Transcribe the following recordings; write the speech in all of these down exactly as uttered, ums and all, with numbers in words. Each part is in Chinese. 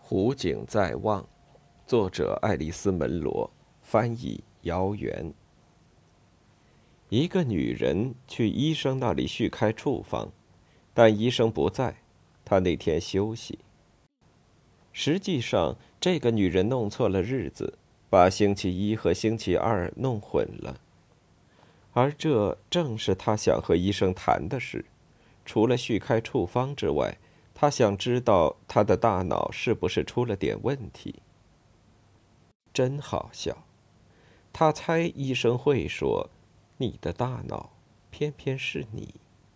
湖景在望，作者爱丽丝·门罗，翻译姚元。一个女人去医生那里续开处方，但医生不在，她那天休息。实际上，这个女人弄错了日子，把星期一和星期二弄混了。而这正是她想和医生谈的事。除了续开处方之外，她想知道她的大脑是不是出了点问题。真好笑，她猜医生会说：“你的大脑，偏偏是你。”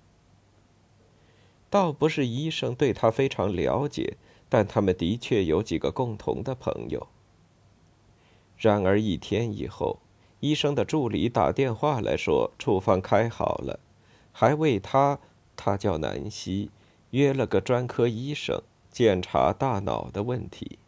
倒不是医生对她非常了解，但他们的确有几个共同的朋友。然而一天以后，医生的助理打电话来说处方开好了，还为他，他叫南希，约了个专科医生检查大脑的问题。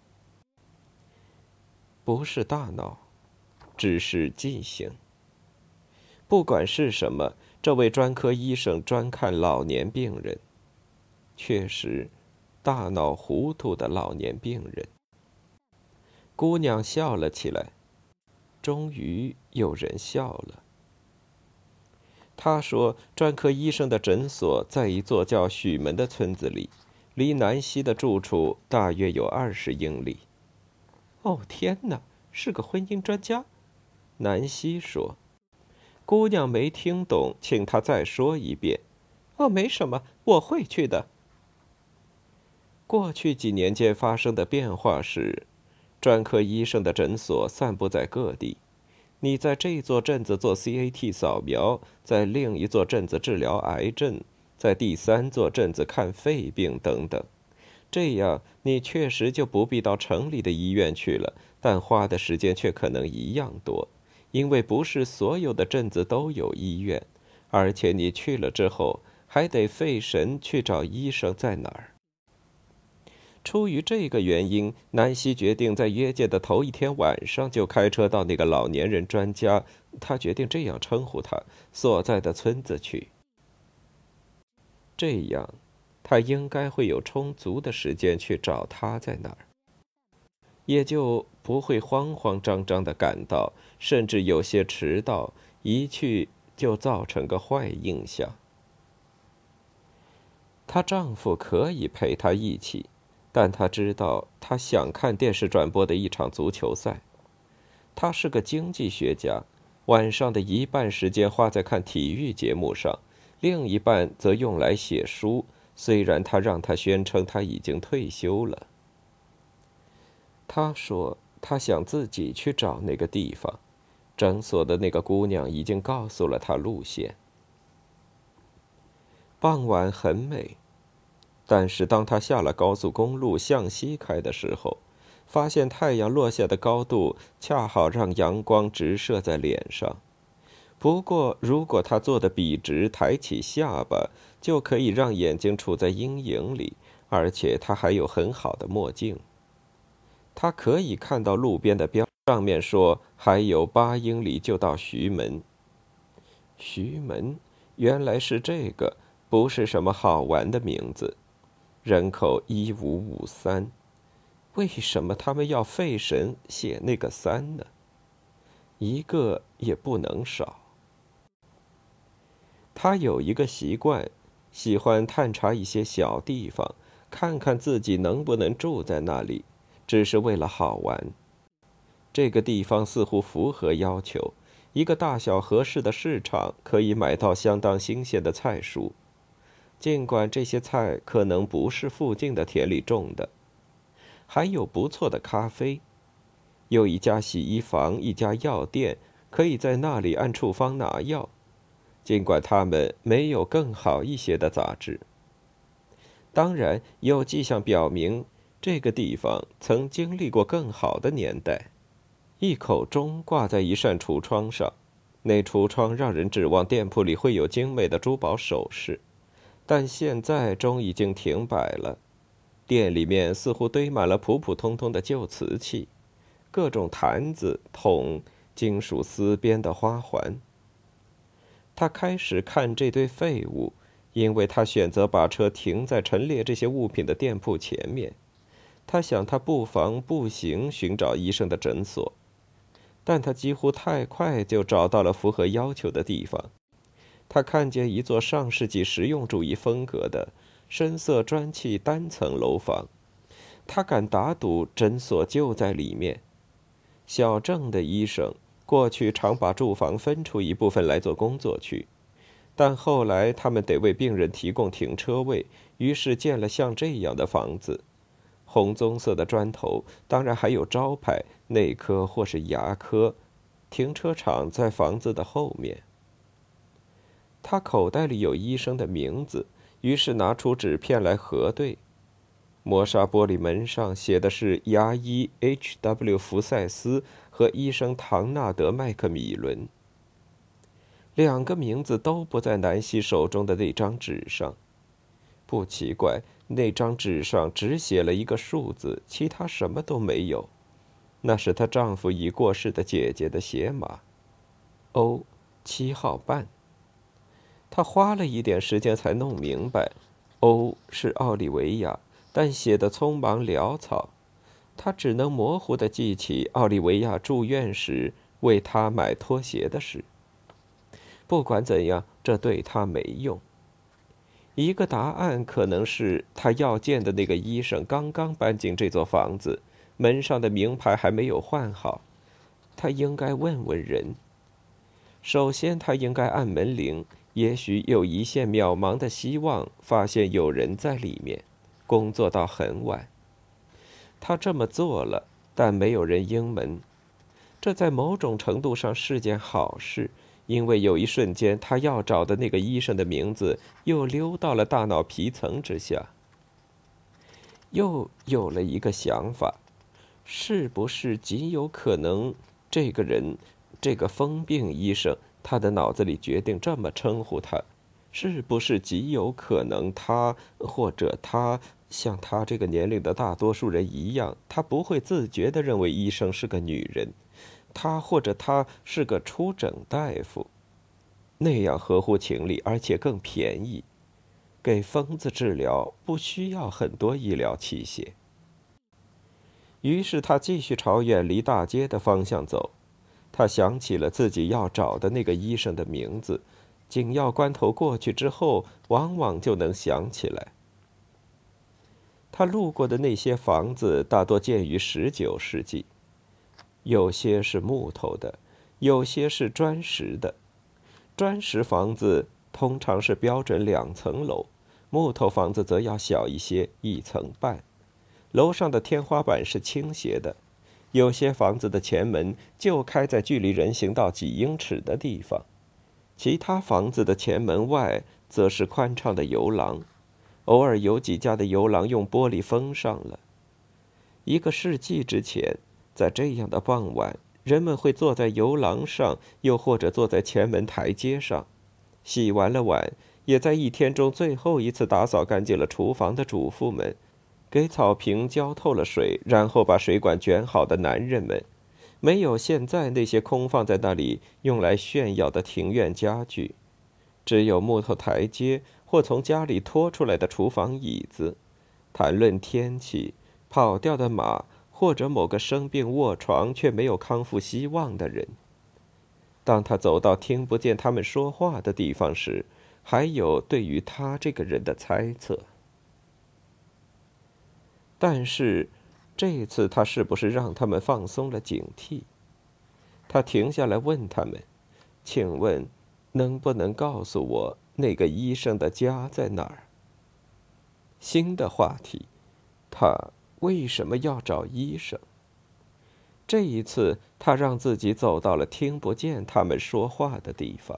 不是大脑，只是记性。不管是什么，这位专科医生专看老年病人，确实，大脑糊涂的老年病人。姑娘笑了起来，终于有人笑了。她说，专科医生的诊所在一座叫许门的村子里，离南希的住处大约有二十英里。哦，天哪，是个婚姻专家，南希说。姑娘没听懂，请她再说一遍。哦，没什么，我会去的。过去几年间发生的变化是，专科医生的诊所散布在各地。你在这座镇子做 C A T 扫描，在另一座镇子治疗癌症，在第三座镇子看肺病等等。这样，你确实就不必到城里的医院去了，但花的时间却可能一样多，因为不是所有的镇子都有医院，而且你去了之后，还得费神去找医生在哪儿。出于这个原因，南希决定在约见的头一天晚上就开车到那个老年人专家，他决定这样称呼他所在的村子去。这样，他应该会有充足的时间去找他在哪儿，也就不会慌慌张张地赶到，甚至有些迟到，一去就造成个坏印象。她丈夫可以陪她一起。但他知道，他想看电视转播的一场足球赛。他是个经济学家，晚上的一半时间花在看体育节目上，另一半则用来写书。虽然他让他宣称他已经退休了。他说他想自己去找那个地方，诊所的那个姑娘已经告诉了他路线。傍晚很美。但是当他下了高速公路向西开的时候，发现太阳落下的高度恰好让阳光直射在脸上。不过如果他坐得笔直，抬起下巴，就可以让眼睛处在阴影里，而且他还有很好的墨镜。他可以看到路边的标，上面说还有八英里就到徐门。徐门原来是这个，不是什么好玩的名字。人口一五五三，为什么他们要费神写那个三呢？一个也不能少。他有一个习惯，喜欢探查一些小地方，看看自己能不能住在那里，只是为了好玩。这个地方似乎符合要求，一个大小合适的市场可以买到相当新鲜的菜蔬。尽管这些菜可能不是附近的田里种的，还有不错的咖啡，有一家洗衣房，一家药店，可以在那里按处方拿药，尽管他们没有更好一些的杂志。当然，有迹象表明这个地方曾经历过更好的年代。一口钟挂在一扇橱窗上，那橱窗让人指望店铺里会有精美的珠宝首饰。但现在钟已经停摆了，店里面似乎堆满了普普通通的旧瓷器，各种坛子、桶、金属丝边的花环。他开始看这堆废物，因为他选择把车停在陈列这些物品的店铺前面。 他想他不妨步行寻找医生的诊所，但他几乎太快就找到了符合要求的地方。他看见一座上世纪实用主义风格的深色砖砌单层楼房，他敢打赌诊所就在里面。小镇的医生过去常把住房分出一部分来做工作区，但后来他们得为病人提供停车位，于是建了像这样的房子。红棕色的砖头，当然还有招牌内科或是牙科。停车场在房子的后面。他口袋里有医生的名字，于是拿出纸片来核对。磨砂玻璃门上写的是牙医 H W 福赛斯和医生唐纳德麦克米伦。两个名字都不在南希手中的那张纸上。不奇怪，那张纸上只写了一个数字，其他什么都没有。那是她丈夫已过世的姐姐的鞋码 O 七号半。她花了一点时间才弄明白 O 是奥利维亚，但写得匆忙潦草。她只能模糊地记起奥利维亚住院时为她买拖鞋的事。不管怎样，这对她没用。一个答案可能是她要见的那个医生刚刚搬进这座房子，门上的名牌还没有换好。她应该问问人。首先，她应该按门铃，也许有一线渺茫的希望发现有人在里面，工作到很晚。她这么做了，但没有人应门。这在某种程度上是件好事，因为有一瞬间，她要找的那个医生的名字又溜到了大脑皮层之下。又有了一个想法，是不是极有可能这个人，这个疯病医生，他的脑子里决定这么称呼他，是不是极有可能他或者他像他这个年龄的大多数人一样，他不会自觉地认为医生是个女人，他或者他是个出诊大夫，那样合乎情理，而且更便宜。给疯子治疗不需要很多医疗器械。于是他继续朝远离大街的方向走。他想起了自己要找的那个医生的名字，紧要关头过去之后，往往就能想起来。他路过的那些房子大多建于十九世纪，有些是木头的，有些是砖石的。砖石房子通常是标准两层楼，木头房子则要小一些，一层半。楼上的天花板是倾斜的，有些房子的前门就开在距离人行道几英尺的地方，其他房子的前门外则是宽敞的游廊，偶尔有几家的游廊用玻璃封上了。一个世纪之前，在这样的傍晚，人们会坐在游廊上，又或者坐在前门台阶上。洗完了碗，也在一天中最后一次打扫干净了厨房的主妇们，给草坪浇透了水，然后把水管卷好的男人们，没有现在那些空放在那里用来炫耀的庭院家具，只有木头台阶或从家里拖出来的厨房椅子，谈论天气、跑掉的马，或者某个生病卧床却没有康复希望的人。当他走到听不见他们说话的地方时，还有对于他这个人的猜测。但是，这次他是不是让他们放松了警惕？他停下来问他们：“请问，能不能告诉我那个医生的家在哪儿？”新的话题，他为什么要找医生？这一次，他让自己走到了听不见他们说话的地方。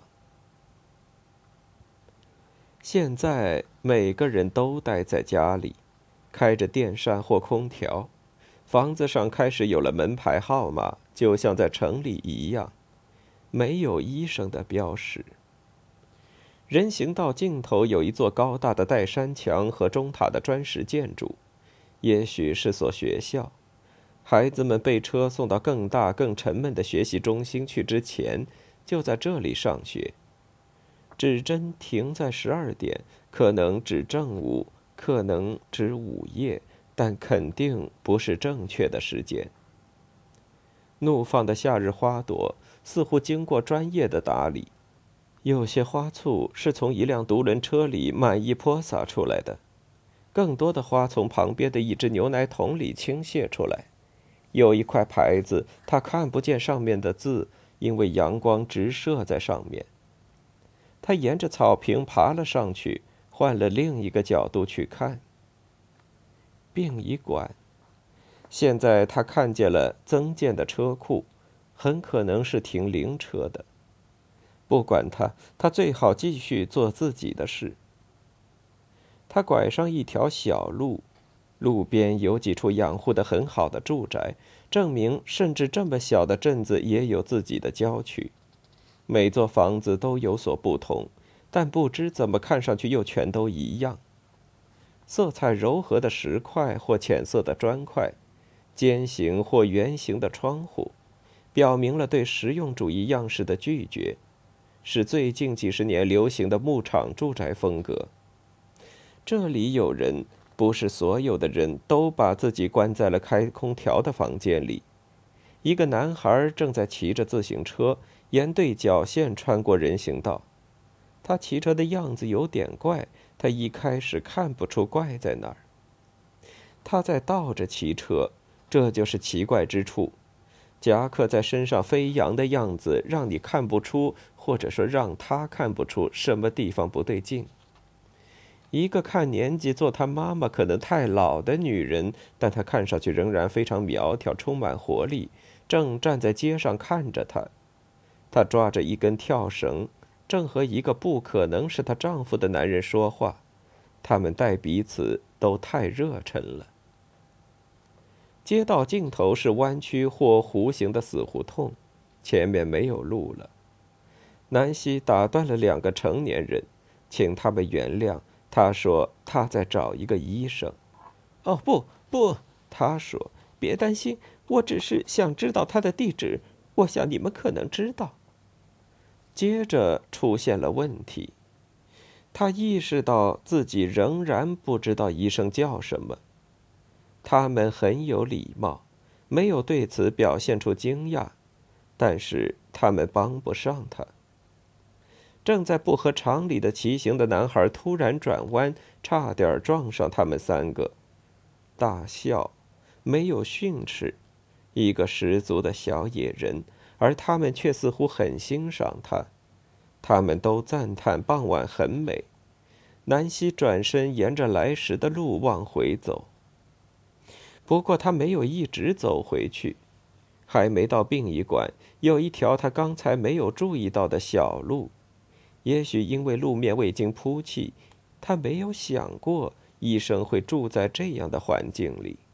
现在，每个人都待在家里，开着电扇或空调，房子上开始有了门牌号码，就像在城里一样，没有医生的标识。人行道尽头有一座高大的带山墙和钟塔的砖石建筑，也许是所学校。孩子们被车送到更大、更沉闷的学习中心去之前，就在这里上学。指针停在十二点，可能指正午，可能指午夜， 但肯定不是正确的时间。怒放的夏日花朵似乎经过专业的打理，有些花簇是从一辆独轮车里满意泼洒出来的，更多的花从旁边的一只牛奶桶里倾泻出来。有一块牌子，他看不见上面的字，因为阳光直射在上面。他沿着草坪爬了上去，换了另一个角度去看。殡仪馆。现在他看见了增建的车库，很可能是停灵车的。不管他，他最好继续做自己的事。他拐上一条小路，路边有几处养护得很好的住宅，证明甚至这么小的镇子也有自己的郊区。每座房子都有所不同，但不知怎么看上去又全都一样。色彩柔和的石块或浅色的砖块，尖形或圆形的窗户，表明了对实用主义样式的拒绝，是最近几十年流行的牧场住宅风格。这里有人，不是所有的人都把自己关在了开空调的房间里。一个男孩正在骑着自行车，沿对角线穿过人行道。他骑车的样子有点怪，他一开始看不出怪在哪儿。他在倒着骑车，这就是奇怪之处。夹克在身上飞扬的样子，让你看不出，或者说让他看不出什么地方不对劲。一个看年纪做他妈妈可能太老的女人，但她看上去仍然非常苗条，充满活力，正站在街上看着她。她抓着一根跳绳，正和一个不可能是她丈夫的男人说话。他们待彼此都太热忱了。街道尽头是弯曲或弧形的死胡同，前面没有路了。南希打断了两个成年人，请他们原谅。他说他在找一个医生。哦，不不，他说别担心，我只是想知道他的地址，我想你们可能知道。接着出现了问题，他意识到自己仍然不知道医生叫什么。他们很有礼貌，没有对此表现出惊讶，但是他们帮不上他。正在不合常理的骑行的男孩突然转弯，差点撞上他们三个。大笑，没有训斥，一个十足的小野人，而他们却似乎很欣赏他。他们都赞叹傍晚很美。南希转身沿着来时的路往回走。不过他没有一直走回去，还没到殡仪馆，有一条他刚才没有注意到的小路。也许因为路面未经铺砌，他没有想过医生会住在这样的环境里。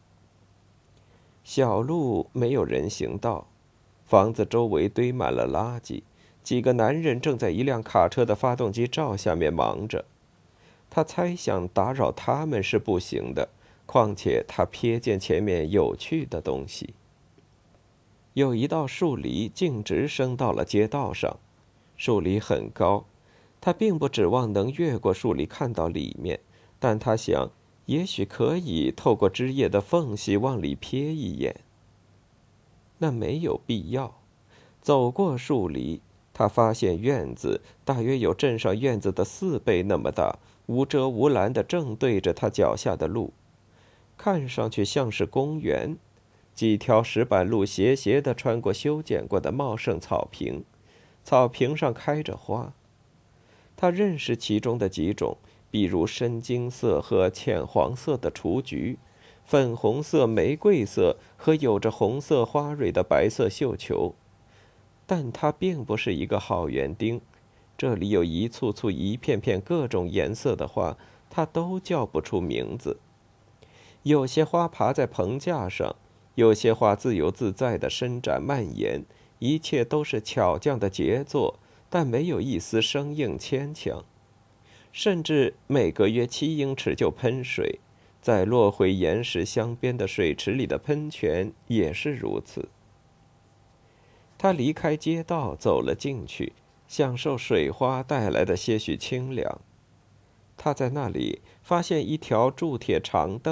小路没有人行道，房子周围堆满了垃圾，几个男人正在一辆卡车的发动机罩下面忙着。他猜想打扰他们是不行的，况且他瞥见前面有趣的东西。有一道树篱径直伸到了街道上，树篱很高，他并不指望能越过树篱看到里面，但他想，也许可以透过枝叶的缝隙往里瞥一眼。那没有必要。走过树篱，他发现院子大约有镇上院子的四倍那么大，无遮无拦地正对着他脚下的路，看上去像是公园。几条石板路斜斜地穿过修剪过的茂盛草坪，草坪上开着花。他认识其中的几种，比如深金色和浅黄色的雏菊，粉红色、玫瑰色和有着红色花蕊的白色绣球。但他并不是一个好园丁，这里有一簇簇、一片片各种颜色的花，他都叫不出名字。有些花爬在棚架上，有些花自由自在地伸展蔓延，一切都是巧匠的杰作，但没有一丝生硬牵强。甚至每隔约七英尺就喷水，在落回岩石镶边的水池里的喷泉也是如此。他离开街道走了进去，享受水花带来的些许清凉。他在那里发现一条铸铁长凳，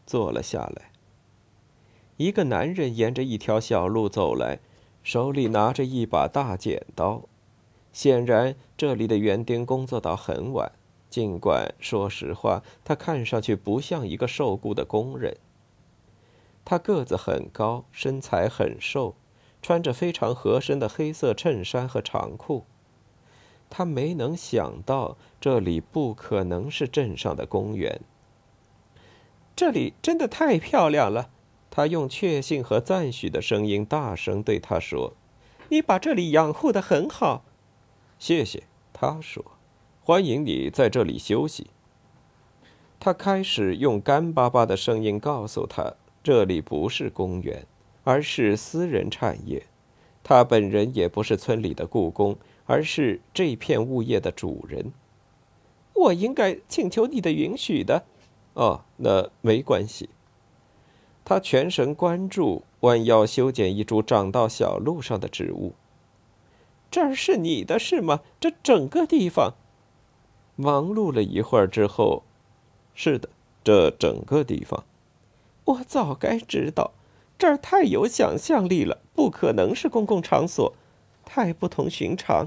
坐了下来。一个男人沿着一条小路走来，手里拿着一把大剪刀。显然，这里的园丁工作到很晚，尽管说实话，他看上去不像一个受雇的工人。他个子很高，身材很瘦，穿着非常合身的黑色衬衫和长裤。他没能想到，这里不可能是镇上的公园。这里真的太漂亮了，他用确信和赞许的声音大声对他说：“你把这里养护得很好。”谢谢，他说，欢迎你在这里休息。他开始用干巴巴的声音告诉他，这里不是公园，而是私人产业。他本人也不是村里的雇工，而是这片物业的主人。我应该请求你的允许的。哦，那没关系。他全神贯注，弯腰修剪一株长到小路上的植物。这儿是你的是吗？这整个地方？忙碌了一会儿之后，是的，这整个地方。我早该知道，这儿太有想象力了，不可能是公共场所，太不同寻常。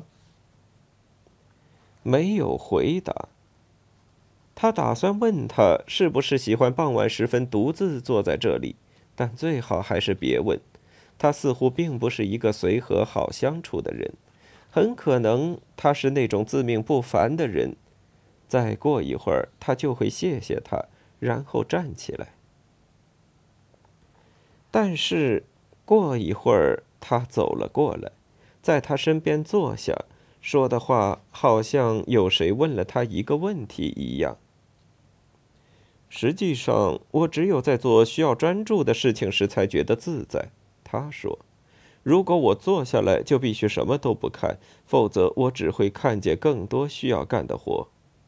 没有回答。他打算问他是不是喜欢傍晚时分独自坐在这里，但最好还是别问。他似乎并不是一个随和好相处的人，很可能他是那种自命不凡的人。再过一会儿，他就会谢谢他，然后站起来。但是过一会儿，他走了过来，在他身边坐下，说的话好像有谁问了他一个问题一样。实际上，我只有在做需要专注的事情时才觉得自在，他说。如果我坐下来，就必须什么都不看，否则我只会看见更多需要干的活。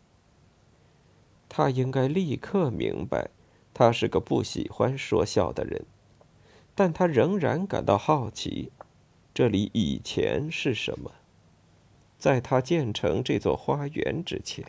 他应该立刻明白，他是个不喜欢说笑的人，但他仍然感到好奇，这里以前是什么？在他建成这座花园之前。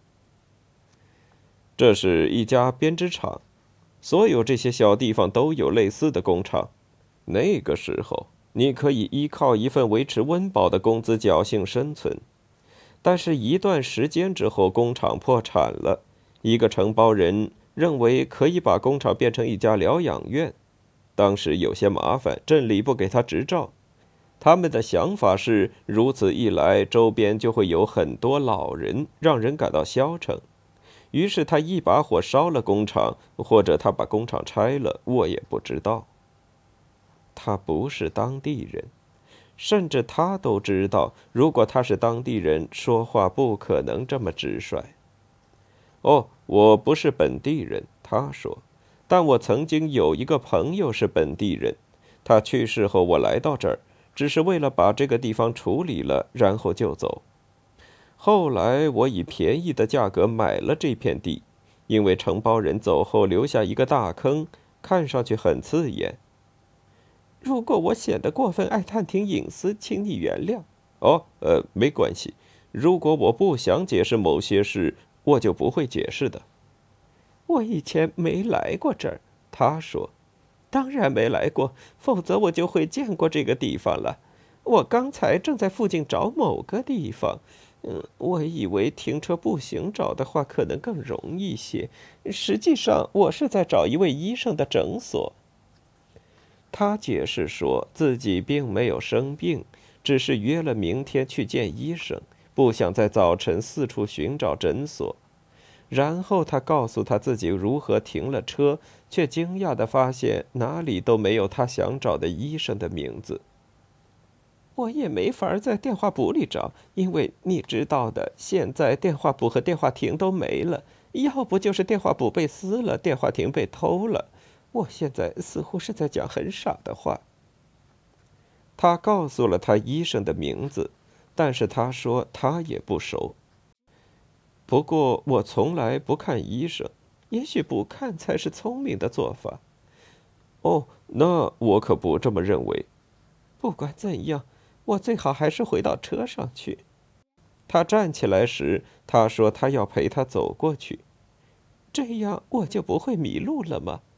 这是一家编织厂，所有这些小地方都有类似的工厂。那个时候，你可以依靠一份维持温饱的工资侥幸生存。但是，一段时间之后，工厂破产了。一个承包人认为可以把工厂变成一家疗养院，当时有些麻烦，镇里不给他执照。他们的想法是，如此一来，周边就会有很多老人，让人感到消沉。于是他一把火烧了工厂，或者他把工厂拆了，我也不知道。他不是当地人，甚至他都知道，如果他是当地人，说话不可能这么直率。哦，我不是本地人，他说，但我曾经有一个朋友是本地人，他去世后我来到这儿，只是为了把这个地方处理了，然后就走。后来我以便宜的价格买了这片地，因为承包人走后留下一个大坑，看上去很刺眼。如果我显得过分爱探听隐私，请你原谅。哦，呃，没关系。如果我不想解释某些事，我就不会解释的。我以前没来过这儿，他说。当然没来过，否则我就会见过这个地方了。我刚才正在附近找某个地方。嗯，我以为停车步行找的话可能更容易些。实际上，我是在找一位医生的诊所。他解释说自己并没有生病，只是约了明天去见医生，不想在早晨四处寻找诊所。然后他告诉他自己如何停了车，却惊讶地发现哪里都没有他想找的医生的名字。我也没法在电话簿里找，因为你知道的，现在电话簿和电话亭都没了，要不就是电话簿被撕了，电话亭被偷了。我现在似乎是在讲很傻的话。他告诉了他医生的名字，但是他说他也不熟。不过我从来不看医生，也许不看才是聪明的做法。哦，那我可不这么认为。不管怎样，我最好还是回到车上去。他站起来时，他说他要陪他走过去。这样我就不会迷路了吗？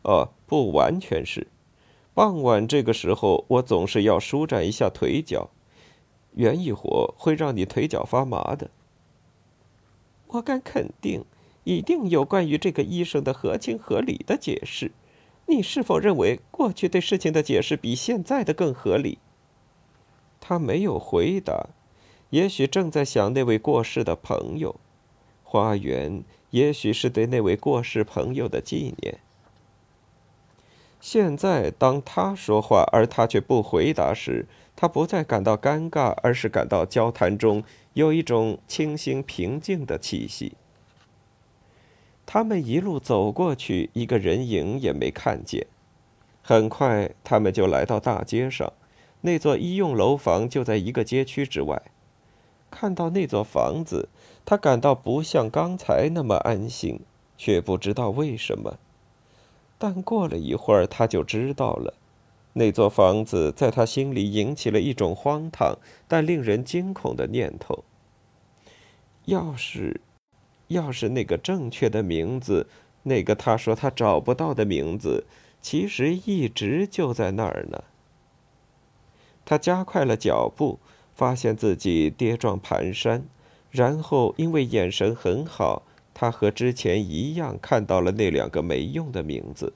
哦，不完全是。傍晚这个时候，我总是要舒展一下腿脚，圆一会会让你腿脚发麻的。 我敢肯定，一定有关于这个医生的合情合理的解释。你是否认为过去对事情的解释比现在的更合理？ 他没有回答，也许正在想那位过世的朋友。花园也许是对那位过世朋友的纪念。现在，当他说话，而他却不回答时，他不再感到尴尬，而是感到交谈中有一种清新平静的气息。他们一路走过去，一个人影也没看见。很快，他们就来到大街上，那座医用楼房就在一个街区之外。看到那座房子，他感到不像刚才那么安心，却不知道为什么。但过了一会儿，他就知道了，那座房子在他心里引起了一种荒唐但令人惊恐的念头。要是，要是那个正确的名字，那个他说他找不到的名字，其实一直就在那儿呢。他加快了脚步，发现自己跌撞蹒跚，然后因为眼神很好，他和之前一样看到了那两个没用的名字。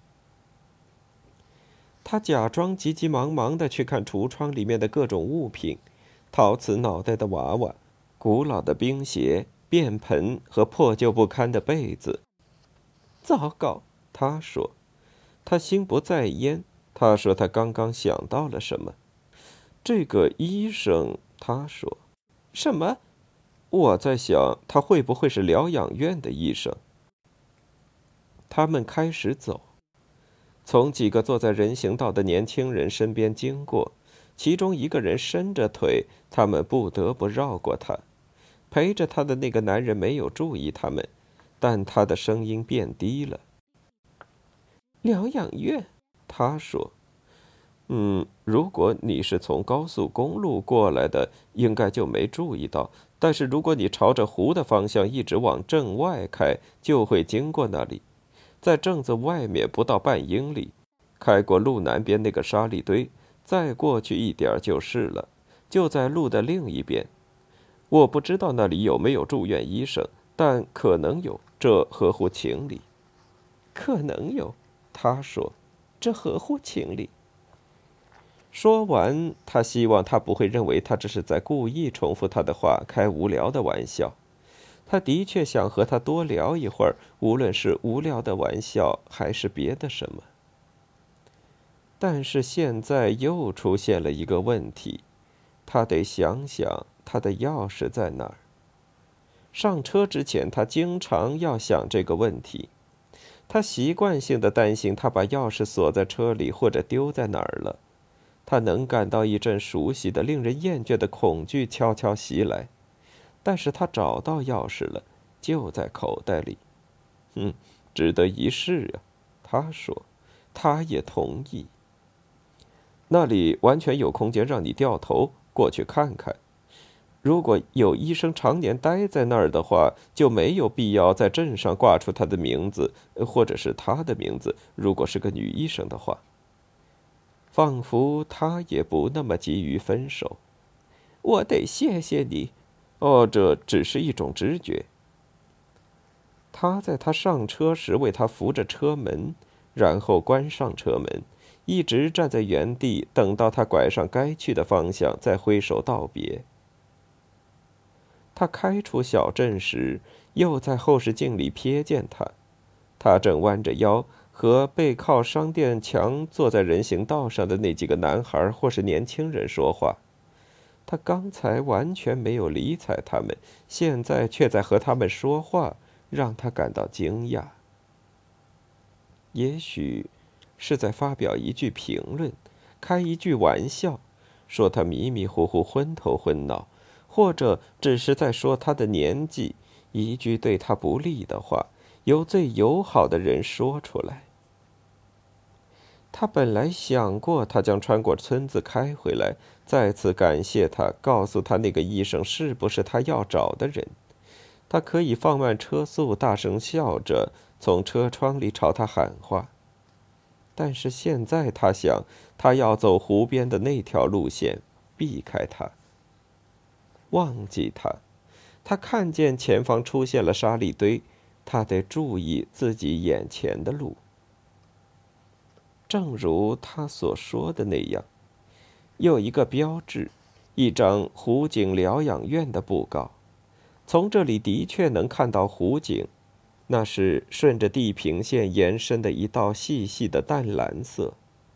他假装急急忙忙地去看橱窗里面的各种物品，陶瓷脑袋的娃娃，古老的冰鞋、便盆和破旧不堪的被子。 糟糕， 他说。他心不在焉，他说他刚刚想到了什么。这个医生，他说。 什么？ 我在想，他会不会是疗养院的医生？他们开始走，从几个坐在人行道的年轻人身边经过，其中一个人伸着腿，他们不得不绕过他。陪着他的那个男人没有注意他们，但他的声音变低了。 疗养院， 他说。嗯，如果你是从高速公路过来的，应该就没注意到。但是如果你朝着湖的方向一直往镇外开，就会经过那里。在镇子外面不到半英里，开过路南边那个沙砾堆，再过去一点就是了，就在路的另一边。我不知道那里有没有住院医生，但可能有，这合乎情理。 可能有， 他说， 这合乎情理。 说完，他希望他不会认为他这是在故意重复他的话，开无聊的玩笑。他的确想和他多聊一会儿，无论是无聊的玩笑还是别的什么。但是现在又出现了一个问题，他得想想他的钥匙在哪儿。上车之前，他经常要想这个问题。他习惯性的担心他把钥匙锁在车里或者丢在哪儿了。他能感到一阵熟悉的、令人厌倦的恐惧悄悄袭来，但是他找到钥匙了，就在口袋里。嗯，值得一试啊，他说。他也同意。那里完全有空间让你掉头过去看看。如果有医生常年待在那儿的话，就没有必要在镇上挂出他的名字，或者是他的名字，如果是个女医生的话。仿佛他也不那么急于分手。 我得谢谢你。 哦，这只是一种直觉。他在他上车时为他扶着车门，然后关上车门，一直站在原地，等到他拐上该去的方向，再挥手道别。他开出小镇时，又在后视镜里瞥见他，他正弯着腰，和背靠商店墙坐在人行道上的那几个男孩或是年轻人说话。他刚才完全没有理睬他们，现在却在和他们说话，让他感到惊讶。也许是在发表一句评论，开一句玩笑，说他迷迷糊糊、昏头昏脑，或者只是在说他的年纪，一句对他不利的话，由最友好的人说出来。他本来想过，他将穿过村子开回来，再次感谢他，告诉他那个医生是不是他要找的人。他可以放慢车速，大声笑着从车窗里朝他喊话。 但是现在他想，他要走湖边的那条路线，避开它，忘记它。他看见前方出现了沙砾堆，他得注意自己眼前的路。正如他所说的那样，有一个标志，一张湖景疗养院的布告。从这里的确能看到湖景，那是顺着地平线延伸的一道细细的淡蓝色。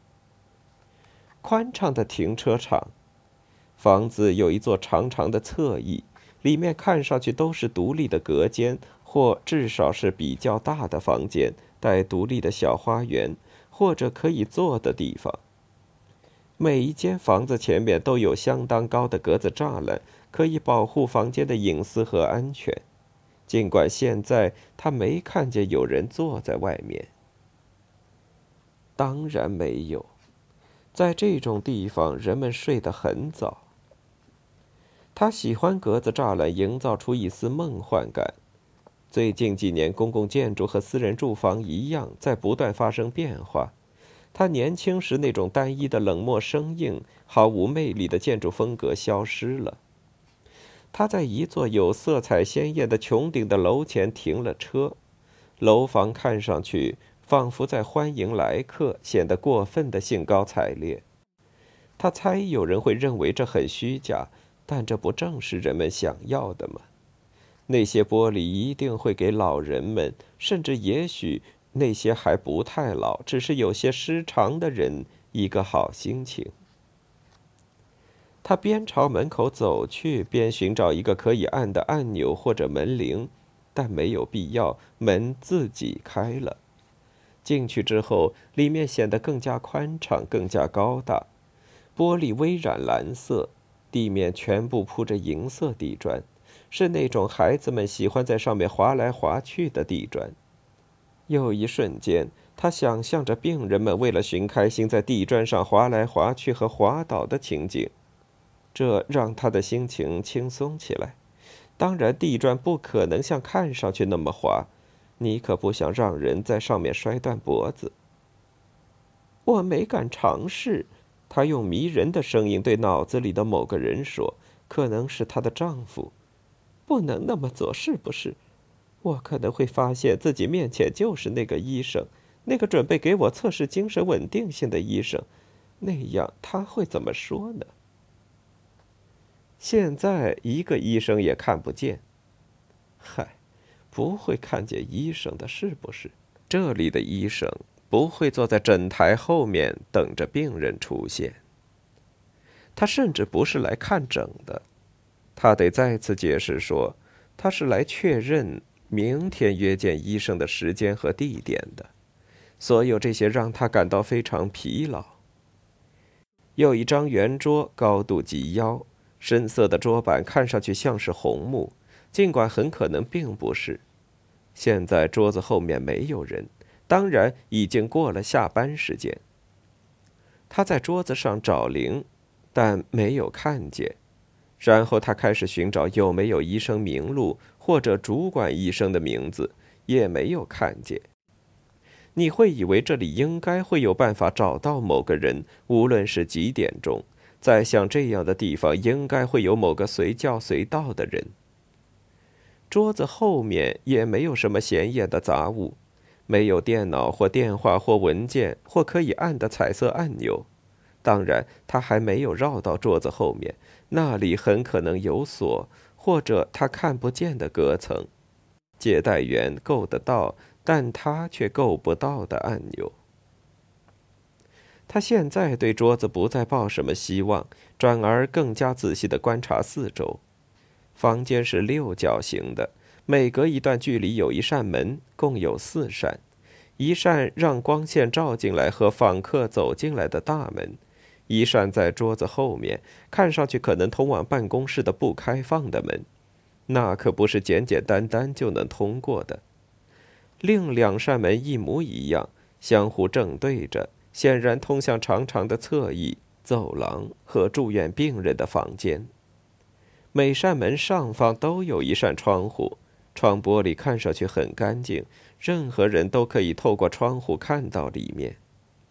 宽敞的停车场，房子有一座长长的侧翼，里面看上去都是独立的隔间，或至少是比较大的房间，带独立的小花园，或者可以坐的地方。每一间房子前面都有相当高的格子栅栏，可以保护房间的隐私和安全。尽管现在他没看见有人坐在外面。当然没有，在这种地方人们睡得很早。他喜欢格子栅栏营造出一丝梦幻感。最近几年，公共建筑和私人住房一样，在不断发生变化。他年轻时那种单一的冷漠生硬、毫无魅力的建筑风格消失了。他在一座有色彩鲜艳的穹顶的楼前停了车，楼房看上去仿佛在欢迎来客，显得过分的兴高采烈。他猜有人会认为这很虚假，但这不正是人们想要的吗？那些玻璃一定会给老人们，甚至也许那些还不太老，只是有些失常的人，一个好心情。他边朝门口走去，边寻找一个可以按的按钮或者门铃，但没有必要，门自己开了。进去之后，里面显得更加宽敞，更加高大。玻璃微染蓝色，地面全部铺着银色地砖，是那种孩子们喜欢在上面滑来滑去的地砖。有一瞬间，他想象着病人们为了寻开心在地砖上滑来滑去和滑倒的情景，这让他的心情轻松起来。当然，地砖不可能像看上去那么滑，你可不想让人在上面摔断脖子。我没敢尝试，她用迷人的声音对脑子里的某个人说，可能是她的丈夫。不能那么做，是不是？我可能会发现自己面前就是那个医生，那个准备给我测试精神稳定性的医生。那样他会怎么说呢？现在一个医生也看不见。嗨，不会看见医生的，是不是？这里的医生不会坐在诊台后面等着病人出现。他甚至不是来看诊的。他得再次解释说，他是来确认明天约见医生的时间和地点的。所有这些让他感到非常疲劳。有一张圆桌，高度及腰，深色的桌板看上去像是红木，尽管很可能并不是。现在桌子后面没有人，当然已经过了下班时间。他在桌子上找铃，但没有看见。然后他开始寻找有没有医生名录或者主管医生的名字，也没有看见。你会以为这里应该会有办法找到某个人，无论是几点钟，在像这样的地方应该会有某个随叫随到的人。桌子后面也没有什么显眼的杂物，没有电脑或电话或文件或可以按的彩色按钮。当然，他还没有绕到桌子后面，那里很可能有锁，或者他看不见的隔层。接待员够得到，但他却够不到的按钮。他现在对桌子不再抱什么希望，转而更加仔细地观察四周。房间是六角形的，每隔一段距离有一扇门，共有四扇。一扇让光线照进来和访客走进来的大门，一扇在桌子后面，看上去可能通往办公室的不开放的门，那可不是简简单单就能通过的。另两扇门一模一样，相互正对着，显然通向长长的侧翼、走廊和住院病人的房间。每扇门上方都有一扇窗户，窗玻璃看上去很干净，任何人都可以透过窗户看到里面。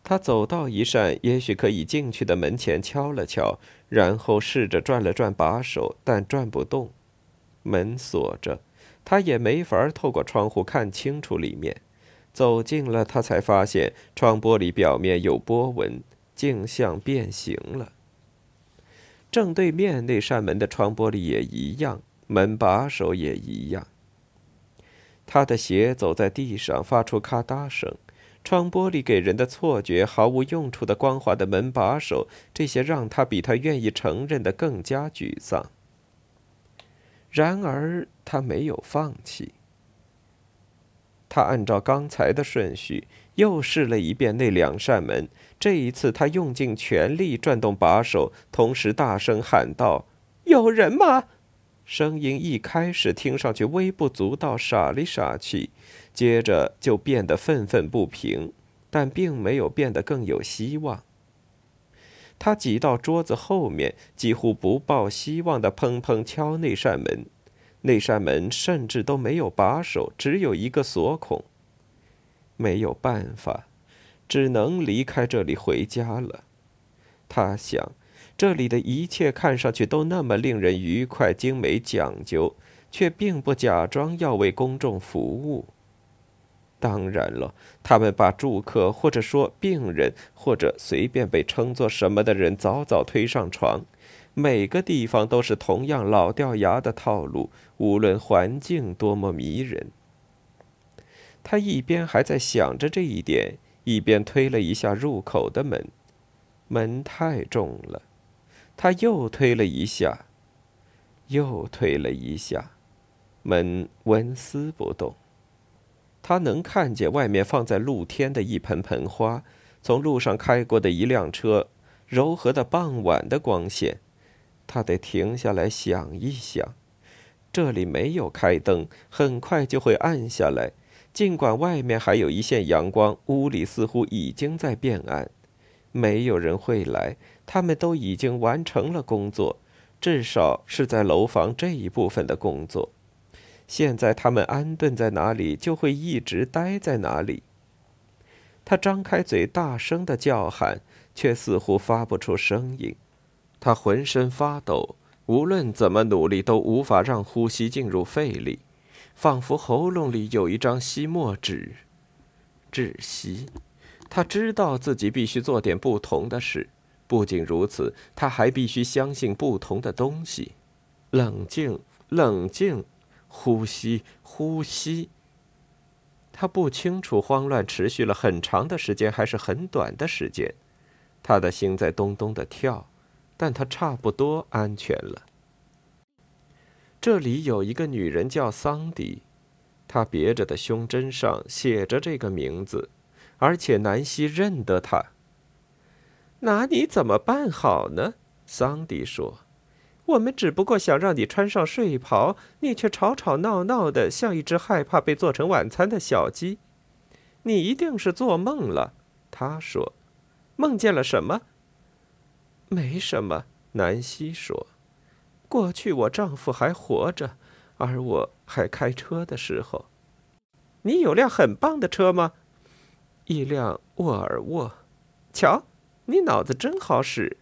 他走到一扇也许可以进去的门前，敲了敲，然后试着转了转把手，但转不动。门锁着，他也没法透过窗户看清楚里面。走近了，他才发现窗玻璃表面有波纹，镜像变形了。正对面那扇门的窗玻璃也一样，门把手也一样。他的鞋走在地上，发出咔嗒声。窗玻璃给人的错觉，毫无用处的光滑的门把手，这些让他比他愿意承认的更加沮丧。然而，他没有放弃。他按照刚才的顺序，又试了一遍那两扇门。这一次，他用尽全力转动把手，同时大声喊道：“有人吗？”声音一开始听上去微不足道，傻里傻气，接着就变得愤愤不平，但并没有变得更有希望。他挤到桌子后面，几乎不抱希望地砰砰敲那扇门。那扇门甚至都没有把手，只有一个锁孔。没有办法，只能离开这里回家了。他想，这里的一切看上去都那么令人愉快、精美、讲究，却并不假装要为公众服务。当然了，他们把住客或者说病人或者随便被称作什么的人早早推上床。每个地方都是同样老掉牙的套路，无论环境多么迷人。他一边还在想着这一点，一边推了一下入口的门。门太重了，他又推了一下，又推了一下，门纹丝不动。他能看见外面放在露天的一盆盆花，从路上开过的一辆车，柔和的傍晚的光线。他得停下来想一想，这里没有开灯，很快就会暗下来。尽管外面还有一线阳光，屋里似乎已经在变暗。没有人会来，他们都已经完成了工作，至少是在楼房这一部分的工作。现在他们安顿在哪里，就会一直待在哪里。他张开嘴大声地叫喊，却似乎发不出声音。他浑身发抖，无论怎么努力都无法让呼吸进入肺里，仿佛喉咙里有一张吸墨纸。窒息。他知道自己必须做点不同的事，不仅如此，他还必须相信不同的东西。冷静，冷静，呼吸，呼吸。他不清楚慌乱持续了很长的时间还是很短的时间，他的心在咚咚地跳，但他差不多安全了。这里有一个女人叫桑迪，她别着的胸针上写着这个名字，而且南希认得她。拿你怎么办好呢？桑迪说，我们只不过想让你穿上睡袍，你却吵吵闹闹的，像一只害怕被做成晚餐的小鸡。你一定是做梦了，他说。梦见了什么？没什么，南希说。过去我丈夫还活着，而我还开车的时候。你有辆很棒的车吗？一辆沃尔沃。瞧，你脑子真好使。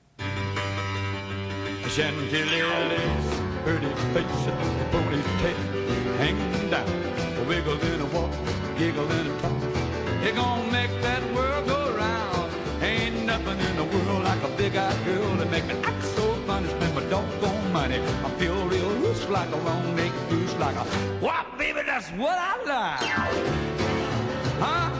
I feel real loose like a long neck goose, like a, wow, baby, that's what I like. Huh?